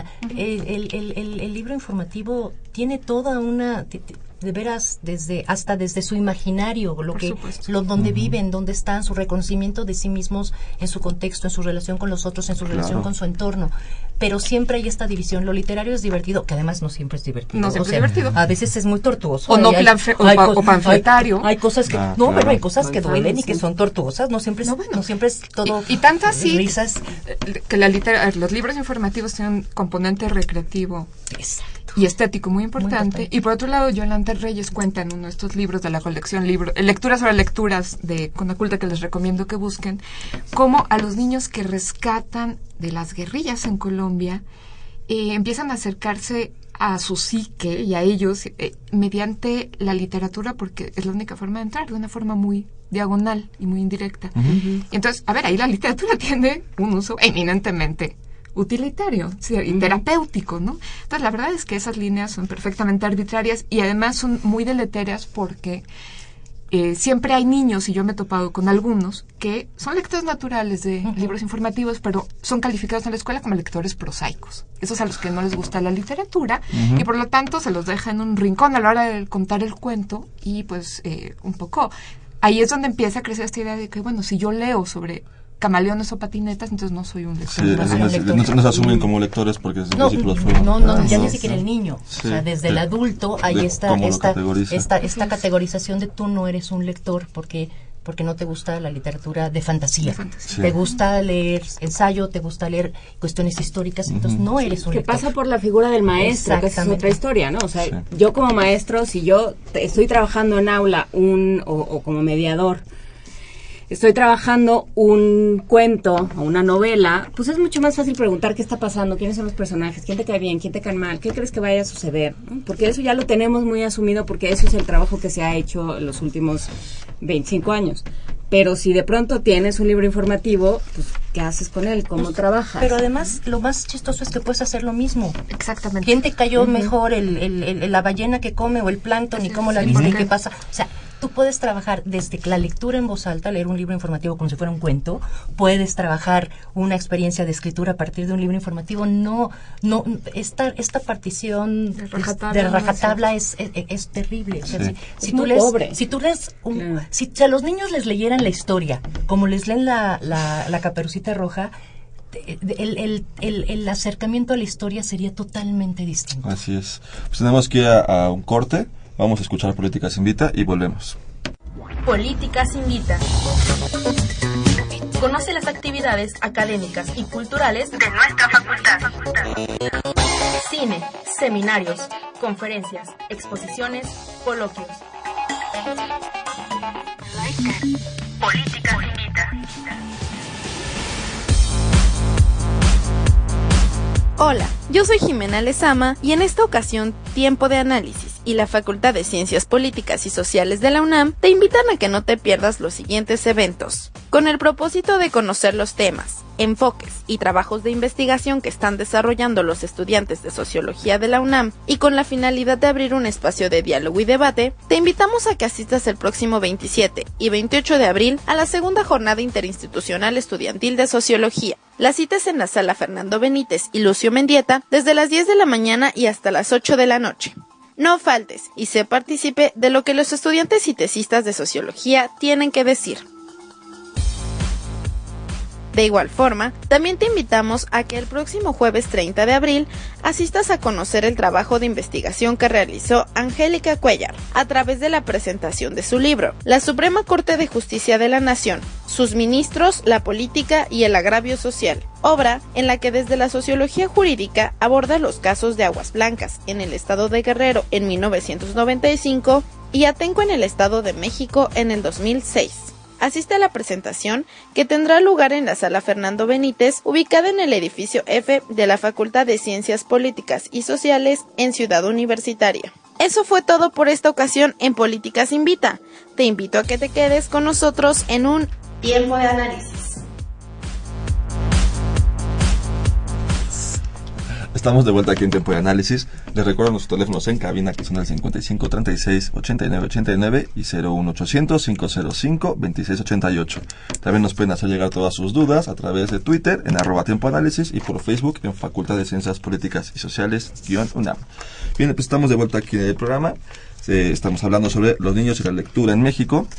el libro informativo tiene toda una... de veras desde su imaginario, donde viven, donde están, su reconocimiento de sí mismos en su contexto, en su relación con los otros, en su relación con su entorno. Pero siempre hay esta división. Lo literario es divertido, que además no siempre es divertido. No siempre es divertido. A veces es muy tortuoso. O panfletario. Hay cosas que pero hay cosas que duelen y que son tortuosas. No siempre es todo. Y tanto así risas que los libros informativos tienen un componente recreativo. Exacto. Y estético muy importante. Y por otro lado, Yolanda Reyes cuenta en uno de estos libros de la colección Lecturas sobre Lecturas de Conaculta, que les recomiendo que busquen, cómo a los niños que rescatan de las guerrillas en Colombia empiezan a acercarse a su psique y a ellos mediante la literatura, porque es la única forma de entrar, de una forma muy diagonal y muy indirecta. Entonces, a ver, ahí la literatura tiene un uso eminentemente utilitario, y terapéutico, ¿no? Entonces, la verdad es que esas líneas son perfectamente arbitrarias y además son muy deleterias porque siempre hay niños, y yo me he topado con algunos, que son lectores naturales de libros informativos, pero son calificados en la escuela como lectores prosaicos. Esos a los que no les gusta la literatura y por lo tanto se los deja en un rincón a la hora de contar el cuento y pues un poco... Ahí es donde empieza a crecer esta idea de que, bueno, si yo leo sobre camaleones o patinetas, entonces no soy un lector. Sí, no se asumen como lectores porque es ya ni siquiera el niño. Sí, o sea, desde el adulto hay esta categorización de tú no eres un lector porque no te gusta la literatura de fantasía. Sí. Te gusta leer ensayo, te gusta leer cuestiones históricas, entonces no eres un lector. Que pasa por la figura del maestro, que es otra historia, ¿no? O sea, yo como maestro, si yo estoy trabajando en aula o como mediador, estoy trabajando un cuento o una novela, pues es mucho más fácil preguntar qué está pasando, quiénes son los personajes, quién te cae bien, quién te cae mal, qué crees que vaya a suceder, ¿no? Porque eso ya lo tenemos muy asumido, porque eso es el trabajo que se ha hecho en los últimos 25 años. Pero si de pronto tienes un libro informativo, pues ¿qué haces con él? ¿Cómo trabajas? Pero además lo más chistoso es que puedes hacer lo mismo. Exactamente. ¿Quién te cayó mejor, la ballena que come o el plancton y cómo la viste y qué pasa? O sea, tú puedes trabajar desde la lectura en voz alta, leer un libro informativo como si fuera un cuento, puedes trabajar una experiencia de escritura a partir de un libro informativo. Esta partición de rajatabla es terrible. O sea, si tú lees si a los niños les leyeran la historia como les leen la Caperucita Roja, el acercamiento a la historia sería totalmente distinto. Así es. Pues tenemos que ir a un corte. Vamos a escuchar Políticas Invita y volvemos. Políticas Invita. Conoce las actividades académicas y culturales de nuestra facultad. Cine, seminarios, conferencias, exposiciones, coloquios. Políticas Invita. Hola, yo soy Jimena Lezama y en esta ocasión Tiempo de Análisis y la Facultad de Ciencias Políticas y Sociales de la UNAM te invitan a que no te pierdas los siguientes eventos. Con el propósito de conocer los temas, enfoques y trabajos de investigación que están desarrollando los estudiantes de Sociología de la UNAM y con la finalidad de abrir un espacio de diálogo y debate, te invitamos a que asistas el próximo 27 y 28 de abril a la segunda jornada interinstitucional estudiantil de Sociología. La cita es en la Sala Fernando Benítez y Lucio Mendieta desde las 10 de la mañana y hasta las 8 de la noche. No faltes y sé partícipe de lo que los estudiantes y tesistas de Sociología tienen que decir. De igual forma, también te invitamos a que el próximo jueves 30 de abril asistas a conocer el trabajo de investigación que realizó Angélica Cuellar a través de la presentación de su libro, La Suprema Corte de Justicia de la Nación, sus ministros, la política y el agravio social, obra en la que desde la sociología jurídica aborda los casos de Aguas Blancas en el estado de Guerrero en 1995 y Atenco en el estado de México en el 2006. Asiste a la presentación que tendrá lugar en la Sala Fernando Benítez, ubicada en el edificio F de la Facultad de Ciencias Políticas y Sociales en Ciudad Universitaria. Eso fue todo por esta ocasión en Políticas Invita. Te invito a que te quedes con nosotros en un Tiempo de Análisis. Estamos de vuelta aquí en Tiempo de Análisis. Les recuerdo nuestros teléfonos en cabina, que son el 55 36 89 89 y 01800 505 26 88. También nos pueden hacer llegar todas sus dudas a través de Twitter en @TiempoAnálisis y por Facebook en Facultad de Ciencias Políticas y Sociales _UNAM. Bien, pues estamos de vuelta aquí en el programa. Estamos hablando sobre los niños y la lectura en México.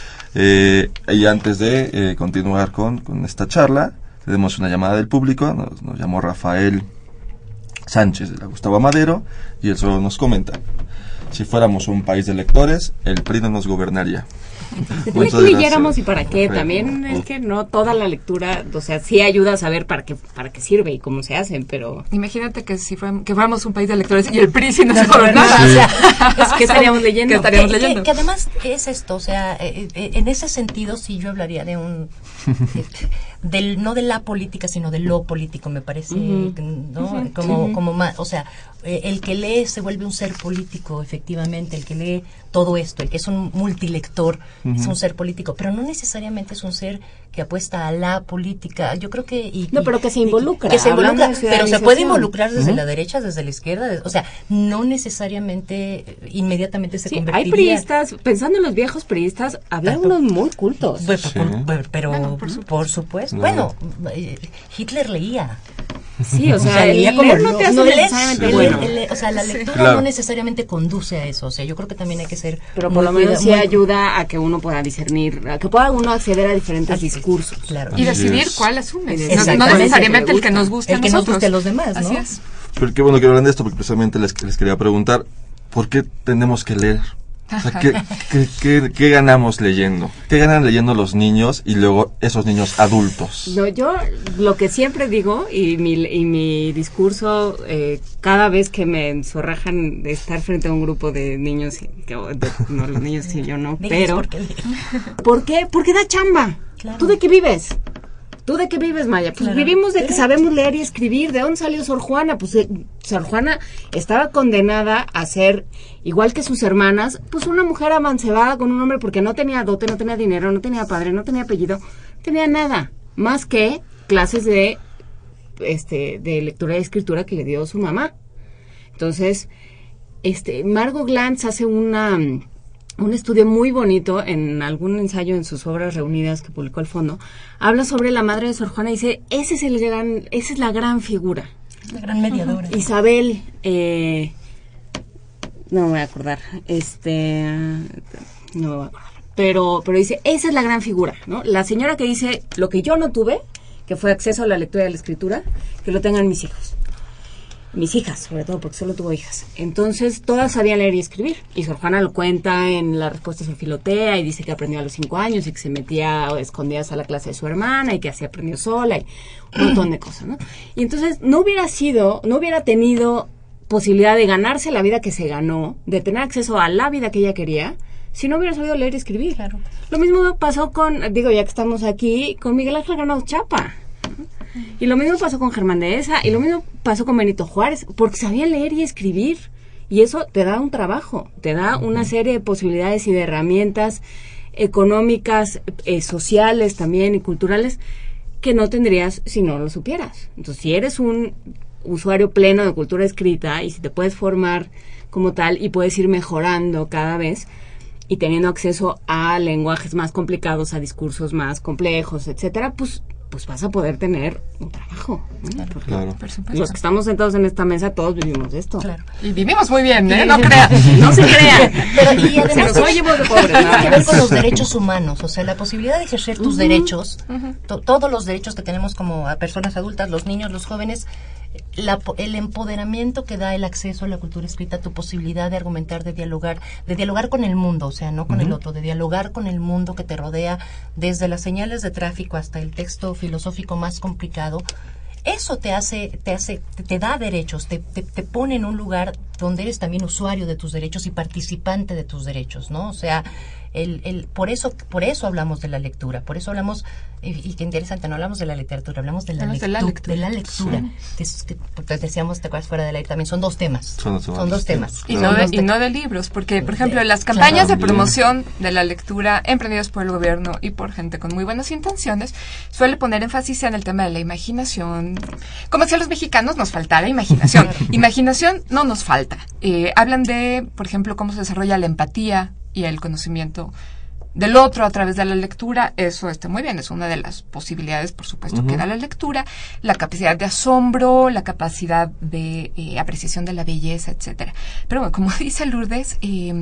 Y antes de continuar con esta charla, tenemos una llamada del público. Nos llamó Rafael Sánchez de la Gustavo Madero y él solo nos comenta: si fuéramos un país de lectores, el PRI no nos gobernaría. No excluyéramos y para qué, también es que no toda la lectura, o sea, sí ayuda a saber para qué sirve y cómo se hacen, pero... Imagínate que si fuéramos un país de lectores y el PRI sí nos gobernara, o sea, ¿qué estaríamos leyendo? Que además es esto, o sea, en ese sentido sí yo hablaría de un... no de la política, sino de lo político, me parece, ¿no? Como más, o sea, el que lee se vuelve un ser político, efectivamente, el que lee todo esto, el que es un multilector, es un ser político, pero no necesariamente es un ser que apuesta a la política. Yo creo que... pero que se involucra. Pero se puede involucrar desde la derecha, desde la izquierda, o sea, no necesariamente inmediatamente se convertiría... Hay priistas, pensando en los viejos priistas, había unos muy cultos. Pero bueno, por supuesto. No. Bueno, Hitler leía. Sí, o sea, leía como no te hace necesariamente bueno. O sea, la lectura no necesariamente conduce a eso. O sea, yo creo que también hay que ser... Pero por lo menos sí ayuda a que uno pueda discernir, a que pueda uno acceder a diferentes discursos. Claro. Y decidir cuál asume. No necesariamente el que nos guste a nosotros. El que nos guste a los demás, ¿no? Así es. Pero qué bueno que hablan de esto, porque precisamente les quería preguntar, ¿por qué tenemos que leer? O sea, ¿qué ganamos leyendo? ¿Qué ganan leyendo los niños y luego esos niños adultos? No, yo lo que siempre digo, y mi discurso, cada vez que me enzorrajan de estar frente a un grupo de niños, no, los niños sí, yo no, pero... ¿Por qué? Porque da chamba. Claro. ¿Tú de qué vives? ¿Tú de qué vives, Maya? Pues vivimos de que sabemos leer y escribir. ¿De dónde salió Sor Juana? Pues Sor Juana estaba condenada a ser, igual que sus hermanas, pues una mujer amancebada con un hombre porque no tenía dote, no tenía dinero, no tenía padre, no tenía apellido, no tenía nada más que clases de lectura y escritura que le dio su mamá. Entonces, Margot Glantz hace un estudio muy bonito en algún ensayo en sus obras reunidas que publicó el Fondo. Habla sobre la madre de Sor Juana y dice, esa es la gran figura. La gran mediadora. Isabel, no me voy a acordar, no me voy a acordar. Pero dice, esa es la gran figura, ¿no? La señora que dice, lo que yo no tuve, que fue acceso a la lectura y a la escritura, que lo tengan mis hijos. Mis hijas, sobre todo, porque solo tuvo hijas. Entonces, todas sabían leer y escribir. Y Sor Juana lo cuenta en la respuesta a Sor Filotea, y dice que aprendió a los 5 años, y que se metía escondidas a la clase de su hermana, y que así aprendió sola, y un montón de cosas, ¿no? Y entonces, no hubiera tenido posibilidad de ganarse la vida que se ganó, de tener acceso a la vida que ella quería, si no hubiera sabido leer y escribir. Claro. Lo mismo pasó ya que estamos aquí, con Miguel Ángel Granados Chapa. Y lo mismo pasó con Germán Dehesa, y lo mismo pasó con Benito Juárez, porque sabía leer y escribir. Y eso te da un trabajo, te da una serie de posibilidades y de herramientas económicas, sociales también y culturales que no tendrías si no lo supieras. Entonces, si eres un usuario pleno de cultura escrita y si te puedes formar como tal y puedes ir mejorando cada vez y teniendo acceso a lenguajes más complicados, a discursos más complejos, etcétera, pues vas a poder tener un trabajo, ¿no? Claro. Los que estamos sentados en esta mesa, todos vivimos de esto. Claro. Y vivimos muy bien, ¿eh? No se crean. Pero, y además, se nos oye voz de pobre. Tiene que ver con los derechos humanos, o sea, la posibilidad de ejercer tus derechos, todos los derechos que tenemos como a personas adultas, los niños, los jóvenes, el empoderamiento que da el acceso a la cultura escrita, tu posibilidad de argumentar, de dialogar con el mundo, o sea, no con el otro, de dialogar con el mundo que te rodea, desde las señales de tráfico hasta el texto filosófico más complicado. Eso te da derechos, te pone en un lugar donde eres también usuario de tus derechos y participante de tus derechos, ¿no? O sea, por eso hablamos de la lectura, por eso hablamos, y qué interesante, no hablamos de la literatura, hablamos de la lectura. Sí. Te decíamos, te acuerdas fuera del aire también, son dos temas. Son dos temas. Y no de libros, porque, por ejemplo, las campañas de promoción de la lectura emprendidas por el gobierno y por gente con muy buenas intenciones suele poner énfasis en el tema de la imaginación. Como si a los mexicanos nos faltara imaginación. Imaginación no nos falta. Hablan de, por ejemplo, cómo se desarrolla la empatía y el conocimiento del otro a través de la lectura. Eso está muy bien, es una de las posibilidades, por supuesto, que da la lectura, la capacidad de asombro, la capacidad de apreciación de la belleza, etcétera. Pero bueno, como dice Lourdes,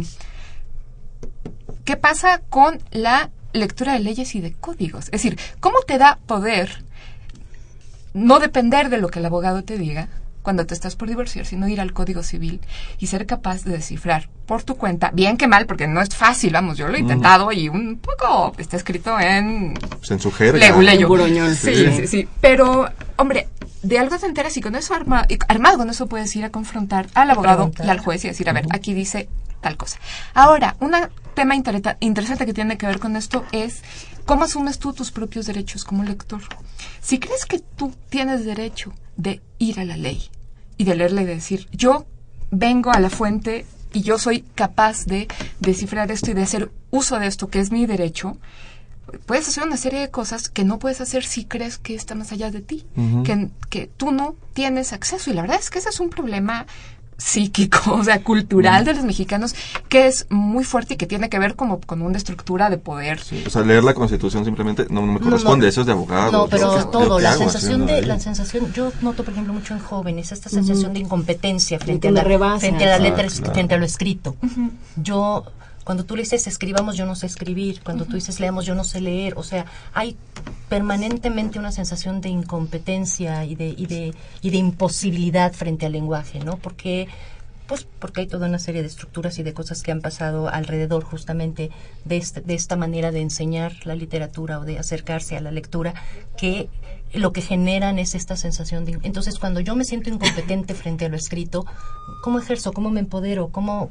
¿qué pasa con la lectura de leyes y de códigos? Es decir, ¿cómo te da poder no depender de lo que el abogado te diga cuando te estás por divorciar, sino ir al Código Civil y ser capaz de descifrar por tu cuenta, bien que mal, porque no es fácil, vamos, yo lo he intentado y un poco está escrito en... Pues en su jerga. Leguleyo. Sí. Pero, hombre, de algo te enteras y con eso armado con eso puedes ir a confrontar al abogado y al juez y decir, a ver, aquí dice tal cosa. Ahora, un tema interesante que tiene que ver con esto es cómo asumes tú tus propios derechos como lector. Si crees que tú tienes derecho de ir a la ley y de leerla y de decir, yo vengo a la fuente y yo soy capaz de descifrar esto y de hacer uso de esto que es mi derecho, puedes hacer una serie de cosas que no puedes hacer si crees que está más allá de ti, que tú no tienes acceso. Y la verdad es que ese es un problema psíquico, o sea, cultural de los mexicanos, que es muy fuerte y que tiene que ver como con una estructura de poder. Sí, o sea, leer la Constitución simplemente no me corresponde, eso es de abogado. No, pero todo, la sensación, yo noto, por ejemplo, mucho en jóvenes, esta sensación de incompetencia frente a la letra, frente a lo escrito. Cuando tú le dices escribamos, yo no sé escribir. Cuando tú dices leamos, yo no sé leer. O sea, hay permanentemente una sensación de incompetencia y de imposibilidad frente al lenguaje, ¿no? Porque hay toda una serie de estructuras y de cosas que han pasado alrededor justamente de esta manera de enseñar la literatura o de acercarse a la lectura, que lo que generan es esta sensación de... Entonces, cuando yo me siento incompetente frente a lo escrito, ¿cómo ejerzo? ¿Cómo me empodero? ¿Cómo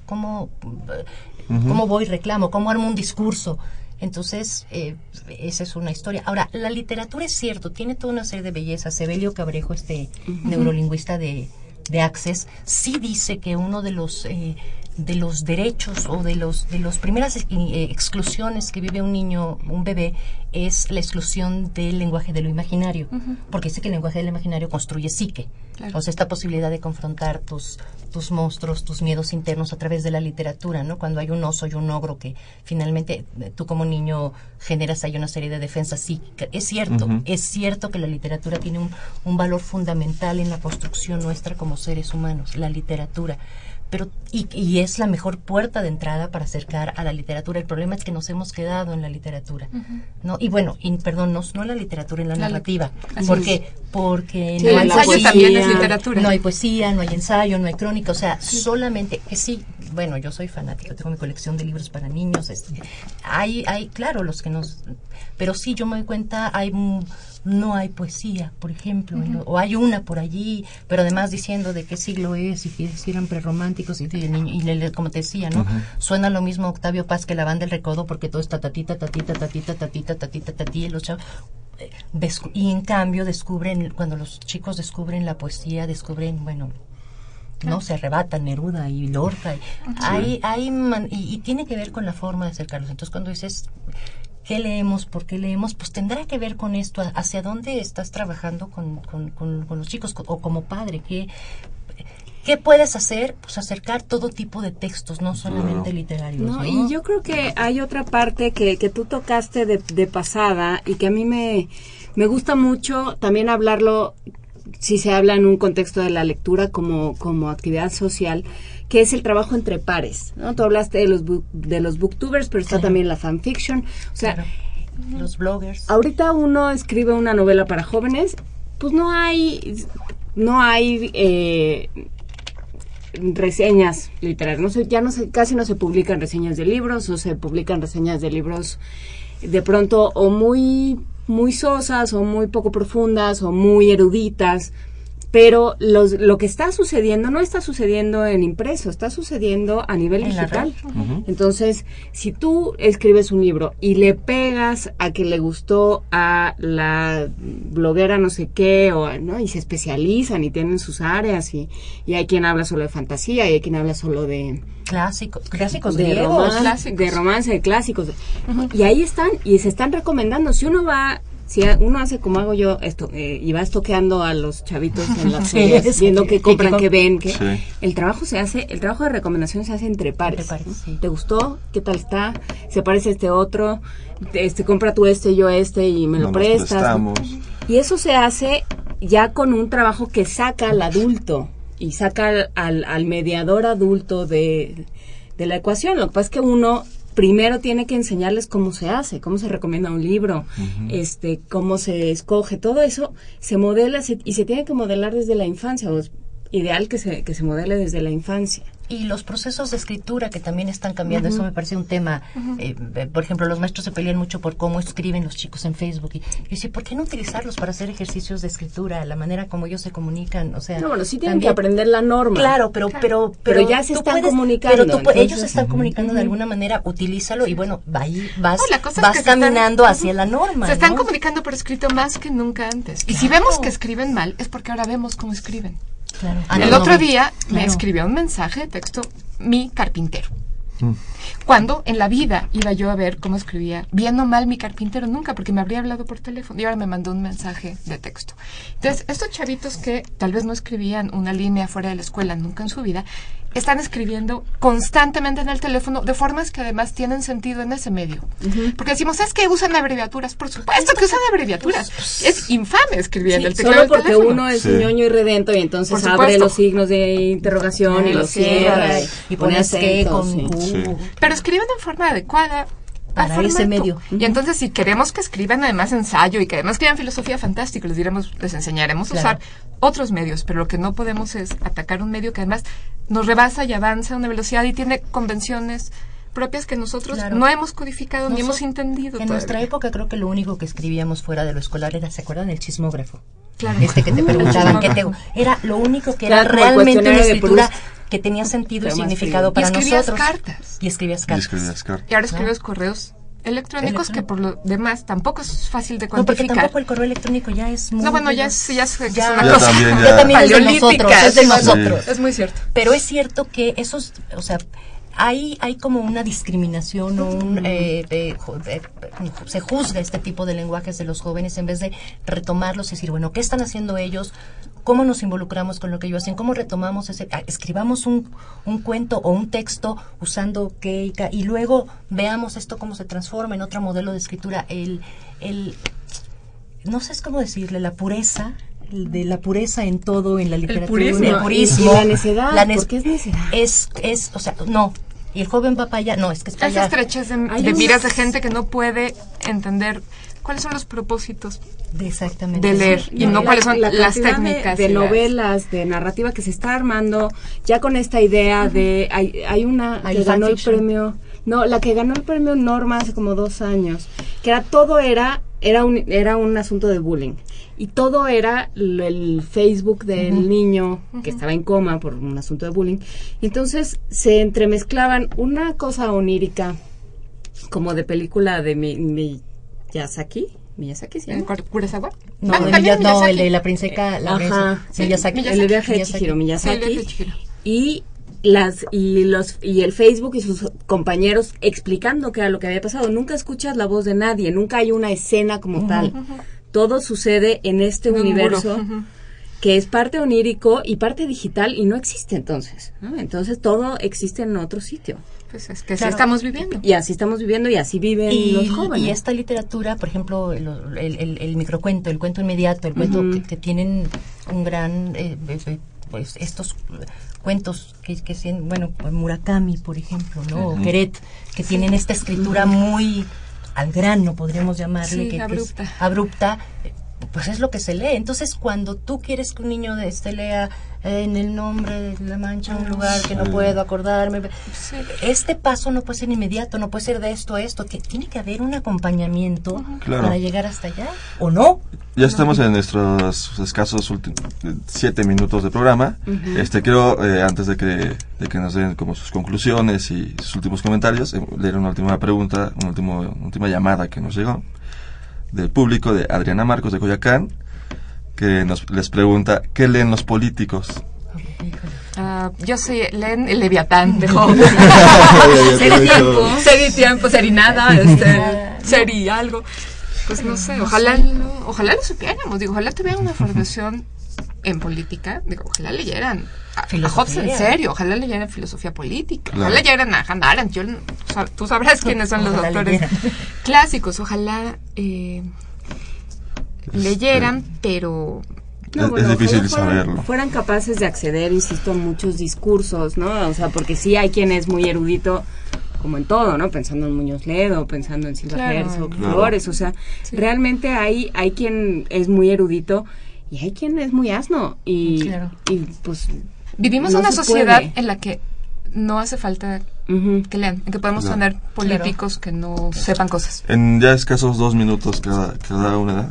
voy, reclamo? ¿Cómo armo un discurso? Entonces, esa es una historia. Ahora, la literatura es cierto, tiene toda una serie de bellezas. Evelio Cabrejo, neurolingüista de Access, sí dice que uno de los derechos o de las primeras exclusiones que vive un niño, un bebé, es la exclusión del lenguaje de lo imaginario, porque dice que el lenguaje del imaginario construye psique. Claro. O sea, esta posibilidad de confrontar tus monstruos, tus miedos internos a través de la literatura, ¿no? Cuando hay un oso y un ogro que finalmente tú como niño generas ahí una serie de defensas psíquicas. Es cierto que la literatura tiene un valor fundamental en la construcción nuestra como seres humanos, la literatura. Pero y es la mejor puerta de entrada para acercar a la literatura. El problema es que nos hemos quedado en la literatura, ¿no? Y bueno, no en la literatura, en la narrativa, porque sí, no hay ensayo también es literatura. No hay poesía, no hay ensayo, no hay crónica, o sea, solamente que sí. Bueno, yo soy fanática, tengo mi colección de libros para niños. Hay claro los que pero sí yo me doy cuenta no hay poesía, por ejemplo, o hay una por allí, pero además diciendo de qué siglo es y que si eran prerrománticos y como te decía, ¿no? Suena lo mismo Octavio Paz que la banda del Recodo porque todo está tatita, tatita, tatita, tatita, tatita, tatita, y los chavos. y en cambio descubren, cuando los chicos descubren la poesía, descubren, bueno, no se arrebatan Neruda y Lorca, y tiene que ver con la forma de acercarlos. Entonces cuando dices ¿qué leemos? ¿Por qué leemos? Pues tendrá que ver con esto, hacia dónde estás trabajando con los chicos, o como padre, ¿qué puedes hacer? Pues acercar todo tipo de textos, no solamente literarios. No, y yo creo que hay otra parte que tú tocaste de pasada y que a mí me gusta mucho también hablarlo, si se habla en un contexto de la lectura como actividad social, que es el trabajo entre pares, ¿no? Tú hablaste de los booktubers, pero está también la fanfiction, o sea, los bloggers. Ahorita uno escribe una novela para jóvenes, pues no hay reseñas literarias, casi no se publican reseñas de libros, o se publican reseñas de libros de pronto o muy sosas, o muy poco profundas, o muy eruditas, pero lo que está sucediendo no está sucediendo en impreso, está sucediendo a nivel digital. Entonces, si tú escribes un libro y le pegas a que le gustó a la bloguera no sé qué, ¿no? Y se especializan y tienen sus áreas, y hay quien habla solo de fantasía, y hay quien habla solo de clásicos de griegos, de romance, de clásicos, y ahí están, y se están recomendando. Si uno hace como hago yo esto, y va estoqueando a los chavitos en las ferias, viendo qué compran, qué ven, el trabajo de recomendación se hace entre pares. ¿No? ¿Te gustó? ¿Qué tal está? ¿Se parece a este otro? Compra tú yo y me lo prestas. ¿No? Y eso se hace ya con un trabajo que saca al adulto y saca al mediador adulto de la ecuación. Lo que pasa es que uno primero tiene que enseñarles cómo se hace, cómo se recomienda un libro, cómo se escoge, todo eso se modela y se tiene que modelar desde la infancia, o es ideal que se modele desde la infancia. Y los procesos de escritura que también están cambiando, eso me parece un tema. Por ejemplo, los maestros se pelean mucho por cómo escriben los chicos en Facebook. Y yo decía, ¿por qué no utilizarlos para hacer ejercicios de escritura? La manera como ellos se comunican, o sea... No, bueno, sí tienen que aprender la norma. Claro, pero ya se están comunicando. Pero ellos se están comunicando de alguna manera, utilízalo y bueno, ahí vas caminando hacia la norma. Se están comunicando por escrito más que nunca antes. Y si vemos que escriben mal, es porque ahora vemos cómo escriben. Claro. El otro día me escribió un mensaje de texto mi carpintero. Cuando en la vida iba yo a ver cómo escribía bien o mal mi carpintero, nunca, porque me habría hablado por teléfono y ahora me mandó un mensaje de texto. Entonces, estos chavitos que tal vez no escribían una línea fuera de la escuela nunca en su vida, están escribiendo constantemente en el teléfono de formas que además tienen sentido en ese medio. Porque decimos, es que usan abreviaturas. Por supuesto que usan abreviaturas. Es infame escribir en el teclado del teléfono. Solo porque uno es ñoño y redento y entonces abre los signos de interrogación y los cierra y pone acentos. Pero escriben en forma adecuada para ese medio. Y entonces, si queremos que escriban además ensayo y que además escriban filosofía, fantástico, les enseñaremos a usar otros medios, pero lo que no podemos es atacar un medio que además nos rebasa y avanza a una velocidad y tiene convenciones propias que nosotros no hemos codificado ni hemos entendido. En nuestra época creo que lo único que escribíamos fuera de lo escolar era, ¿se acuerdan? El chismógrafo. Claro. Que te preguntaban era lo único que era realmente una escritura que tenía sentido y significado para nosotros. Y escribías cartas. Y ahora escribes correos electrónicos que por lo demás tampoco es fácil de cuantificar. No, porque tampoco el correo electrónico ya es muy... No, bueno, ya es una cosa ya también es de nosotros. Es de nosotros. Es muy cierto. Pero es cierto que esos, o sea, hay como una discriminación o se juzga este tipo de lenguajes de los jóvenes en vez de retomarlos y decir, bueno, ¿qué están haciendo ellos? ¿Cómo nos involucramos con lo que ellos hacen? ¿Cómo retomamos escribamos un cuento o un texto usando qué y luego veamos esto cómo se transforma en otro modelo de escritura? No sé cómo decirle, la pureza, de la pureza en todo, en la literatura, el purismo, y la necedad, ¿por qué es necedad? O sea, no. Y el joven va para allá, no, es que está allá. Esas estrechez de miras de gente que no puede entender cuáles son los propósitos de leer y no cuáles son las técnicas de novelas, de narrativa que se está armando ya con esta idea de hay una que ganó el premio, la que ganó el premio Norma hace como 2 años, que era un asunto de bullying y todo era el Facebook del niño que estaba en coma por un asunto de bullying, y entonces se entremezclaban una cosa onírica como de película de Miyazaki, Miyazaki, ¿sí? ¿Kurosawa? No, el de la princesa, Miyazaki. El viaje de Chihiro Miyazaki. Y el Facebook y sus compañeros explicando qué era lo que había pasado. Nunca escuchas la voz de nadie, nunca hay una escena como tal. Todo sucede en este universo que es parte onírico y parte digital y no existe entonces, ¿no? Entonces todo existe en otro sitio. Pues es que así estamos viviendo. Y así estamos viviendo y así viven los jóvenes. Y esta literatura, por ejemplo, el microcuento, el cuento inmediato, el cuento que tienen un gran... pues estos cuentos que bueno, Murakami, por ejemplo, ¿no? O Queret, que tienen esta escritura muy al grano, podríamos llamarle, que abrupta. Es abrupta, pues es lo que se lee. Entonces, cuando tú quieres que un niño lea en el nombre de la Mancha un lugar que no puedo acordarme, este paso no puede ser inmediato, no puede ser de esto a esto, que tiene que haber un acompañamiento para llegar hasta allá, ¿o no? Ya estamos en nuestros escasos 7 minutos de programa. Quiero, antes de que nos den como sus conclusiones y sus últimos comentarios, leer una última pregunta, una última llamada que nos llegó del público, de Adriana Marcos de Coyoacán, que les pregunta, ¿qué leen los políticos? Yo sé, leen el Leviatán de Job. Seri tiempo, seri nada, seri algo. Pues no sé, ojalá lo supiéramos, ojalá tuvieran una formación en política, ojalá leyeran a Hobbes en serio, ojalá leyeran filosofía política, ojalá leyeran a Hannah Arendt, tú sabrás quiénes son los autores clásicos, ojalá leyeran, pero... No, es difícil saberlo. Fueran capaces de acceder, insisto, a muchos discursos, ¿no? O sea, porque sí hay quien es muy erudito, como en todo, ¿no? Pensando en Muñoz Ledo, pensando en Silva Herzog, Flores, o sea, realmente hay quien es muy erudito y hay quien es muy asno y pues vivimos en una sociedad en la que no hace falta que lean, en que podemos tener políticos que no sepan cosas. En ya escasos 2 minutos cada una,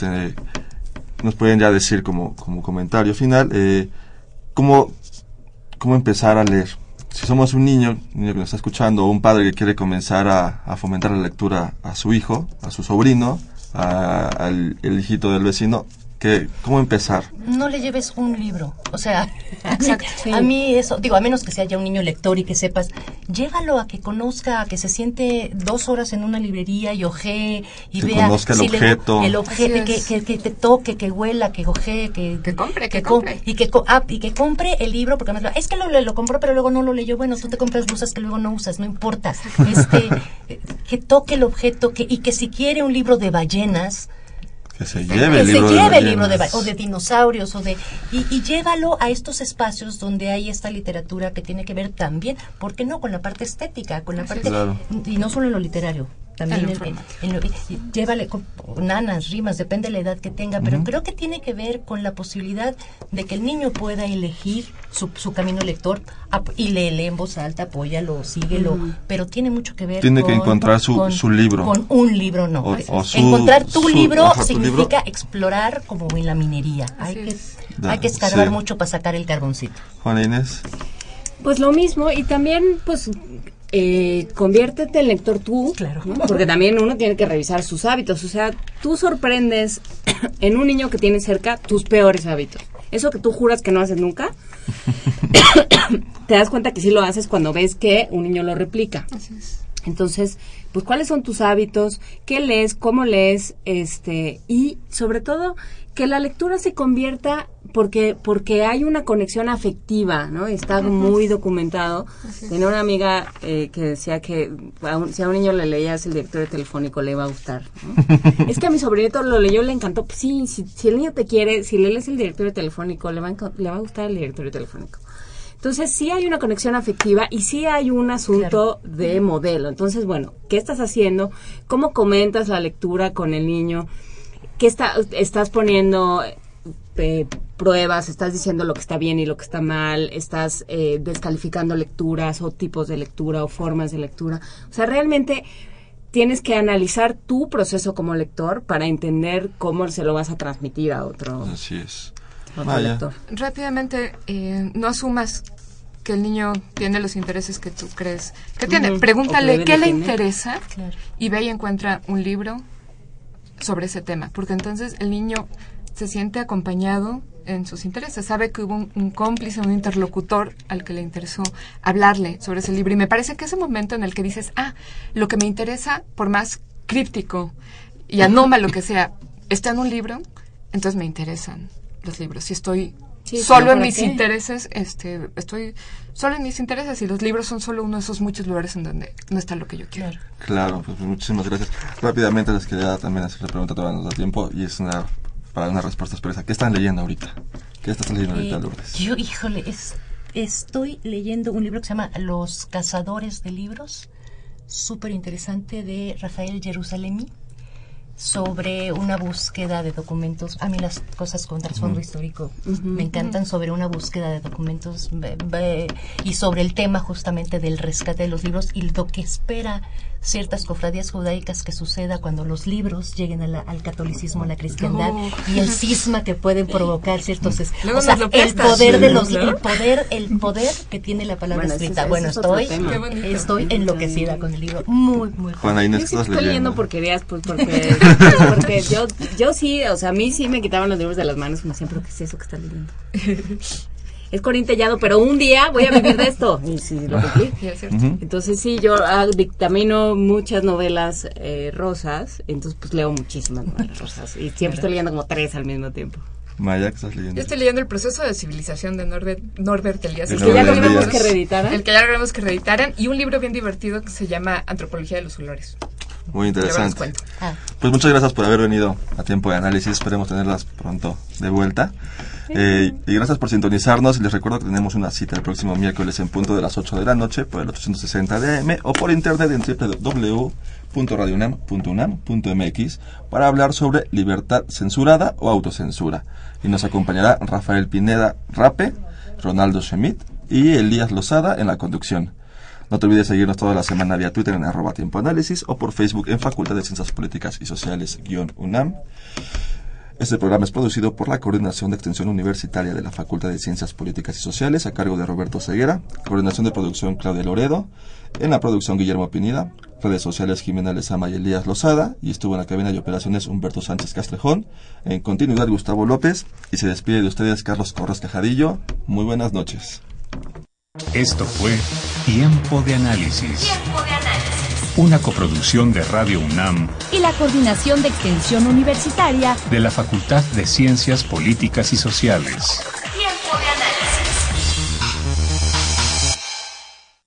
nos pueden ya decir como comentario final, cómo empezar a leer. Si somos un niño que nos está escuchando, o un padre que quiere comenzar a fomentar la lectura a su hijo, a su sobrino, al hijito del vecino, ¿cómo empezar? No le lleves un libro, o sea, a mí eso, a menos que sea ya un niño lector y que sepas, llévalo a que conozca, a que se siente 2 horas en una librería y ojee y vea, conozca el objeto, que te toque, que huela, que ojee, que compre y que compre el libro, porque además, es que lo compró pero luego no lo leyó. Bueno, tú te compras blusas que luego no usas, no importa, que toque el objeto, y que si quiere un libro de ballenas, que se lleve el libro o de dinosaurios y llévalo a estos espacios donde hay esta literatura que tiene que ver también, ¿por qué no?, con la parte estética, con la parte y no solo en lo literario, también llévale con nanas, rimas, depende de la edad que tenga, pero creo que tiene que ver con la posibilidad de que el niño pueda elegir su camino lector y lee en voz alta, apóyalo, síguelo, pero tiene mucho que ver que encontrar su libro. Con un libro no. Encontrar tu libro significa explorar como en la minería. Hay que escarbar mucho para sacar el carboncito. Juana Inés. Pues lo mismo, y también pues conviértete en lector tú, ¿no? Porque también uno tiene que revisar sus hábitos. O sea, tú sorprendes en un niño que tienes cerca tus peores hábitos. Eso que tú juras que no haces nunca, te das cuenta que sí lo haces cuando ves que un niño lo replica. Así es. Entonces, pues, ¿cuáles son tus hábitos? ¿Qué lees? ¿Cómo lees? Y sobre todo, que la lectura se convierta, porque hay una conexión afectiva, ¿no? Está muy documentado. Tenía una amiga que decía que si a un niño le leías el directorio telefónico le iba a gustar, ¿no? Es que a mi sobrinito lo leyó, le encantó. Pues sí, si el niño te quiere, si le lees el directorio telefónico, le va a gustar el directorio telefónico. Entonces, sí hay una conexión afectiva y sí hay un asunto de modelo. Entonces, bueno, ¿qué estás haciendo? ¿Cómo comentas la lectura con el niño? ¿Qué estás poniendo pruebas? ¿Estás diciendo lo que está bien y lo que está mal? ¿Estás descalificando lecturas o tipos de lectura o formas de lectura? O sea, realmente tienes que analizar tu proceso como lector para entender cómo se lo vas a transmitir a otro. Así es. Lector. Rápidamente, no asumas que el niño tiene los intereses que tú crees que tiene. Pregúntale qué le interesa y ve y encuentra un libro sobre ese tema, porque entonces el niño se siente acompañado en sus intereses, sabe que hubo un cómplice, un interlocutor al que le interesó hablarle sobre ese libro, y me parece que ese momento en el que dices, lo que me interesa, por más críptico y anómalo que sea, está en un libro, entonces me interesan los libros. Si estoy solo en mis intereses, estoy solo en mis intereses, y los libros son solo uno de esos muchos lugares en donde no está lo que yo quiero. Claro, pues muchísimas gracias. Rápidamente les quería también hacer la pregunta, todavía nos da tiempo, y es para una respuesta expresa. ¿Qué están leyendo ahorita? ¿Qué estás leyendo ahorita, Lourdes? Yo, estoy leyendo un libro que se llama Los cazadores de libros, súper interesante, de Rafael Jerusalemi, sobre una búsqueda de documentos. A mí las cosas con trasfondo histórico me encantan, sobre una búsqueda de documentos y sobre el tema justamente del rescate de los libros y lo que espera ciertas cofradías judaicas que suceda cuando los libros lleguen al catolicismo, a la cristiandad, y el cisma que pueden provocar ciertos el poder de los el poder que tiene la palabra escrita. Estoy enloquecida con el libro, muy muy Juana Inés, yo estoy leyendo porquerías, pues porque yo sí, o sea, a mí sí me quitaban los libros de las manos, como siempre, ¿qué es eso que estás leyendo? Es corintellado, pero un día voy a vivir de esto. Y sí, lo cumplí. Entonces sí, yo dictamino muchas novelas rosas, entonces pues leo muchísimas novelas rosas y siempre estoy leyendo como 3 al mismo tiempo. Maya, ¿qué estás leyendo? Yo estoy leyendo El proceso de civilización de Norbert Elias. El que ya logramos que reeditaran. El que ya logramos que reeditaran, y un libro bien divertido que se llama Antropología de los olores. Muy interesante. Pues muchas gracias por haber venido a Tiempo de Análisis. Esperemos tenerlas pronto de vuelta. Y gracias por sintonizarnos. Y les recuerdo que tenemos una cita el próximo miércoles en punto de las 8 de la noche por el 860 de AM o por internet en www.radiounam.unam.mx para hablar sobre libertad censurada o autocensura. Y nos acompañará Rafael Pineda Rape, Ronaldo Schmidt y Elías Lozada en la conducción. No te olvides seguirnos toda la semana vía Twitter en @tiempoanálisis o por Facebook en Facultad de Ciencias Políticas y Sociales _UNAM. Este programa es producido por la Coordinación de Extensión Universitaria de la Facultad de Ciencias Políticas y Sociales a cargo de Roberto Ceguera, coordinación de producción Claudia Loredo, en la producción Guillermo Pineda, redes sociales Jimena Lezama y Elías Lozada, y estuvo en la cabina de operaciones Humberto Sánchez Castrejón, en continuidad Gustavo López, y se despide de ustedes Carlos Corres Cajadillo. Muy buenas noches. Esto fue Tiempo de Análisis. Una coproducción de Radio UNAM y la Coordinación de Extensión Universitaria de la Facultad de Ciencias Políticas y Sociales.